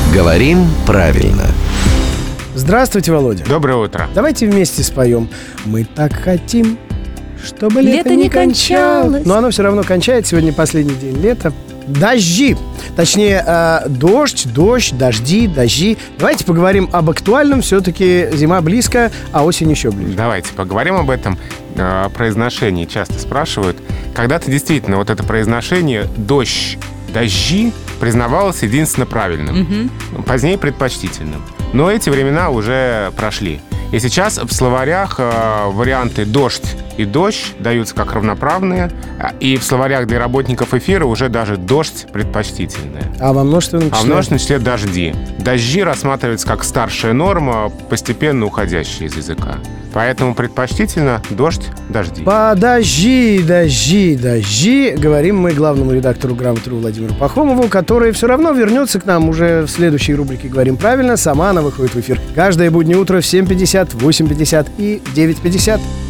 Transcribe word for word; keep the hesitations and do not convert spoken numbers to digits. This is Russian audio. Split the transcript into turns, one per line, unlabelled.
Говорим правильно.
Здравствуйте, Володя.
Доброе утро.
Давайте вместе споем. Мы так хотим, чтобы лето,
Лето не кончалось.
Но оно все равно кончается. Сегодня последний день лета. Дожди. Точнее, э, дождь, дождь, дожди, дожди. Давайте поговорим об актуальном. Все-таки зима близко, а осень еще ближе.
Давайте поговорим об этом. Э, произношении часто спрашивают. Когда-то действительно вот это произношение «дождь», «дожди» признавалось единственно правильным. Угу. Позднее предпочтительным. Но эти времена уже прошли. И сейчас в словарях э, варианты «дождь» и «дождь» даются как равноправные. И в словарях для работников эфира уже даже «дождь» предпочтительное.
А во множественном числе?
А в множественном числе «дожди». «Дожди» рассматриваются как старшая норма, постепенно уходящая из языка. Поэтому предпочтительно «дождь», «дожди».
Подожди, дожди, дожди. Говорим мы главному редактору «Грамотру» Владимиру Пахомову, который все равно вернется к нам уже в следующей рубрике «Говорим правильно». Сама она выходит в эфир каждое буднее утро в семь пятьдесят, восемь пятьдесят и девять пятьдесят.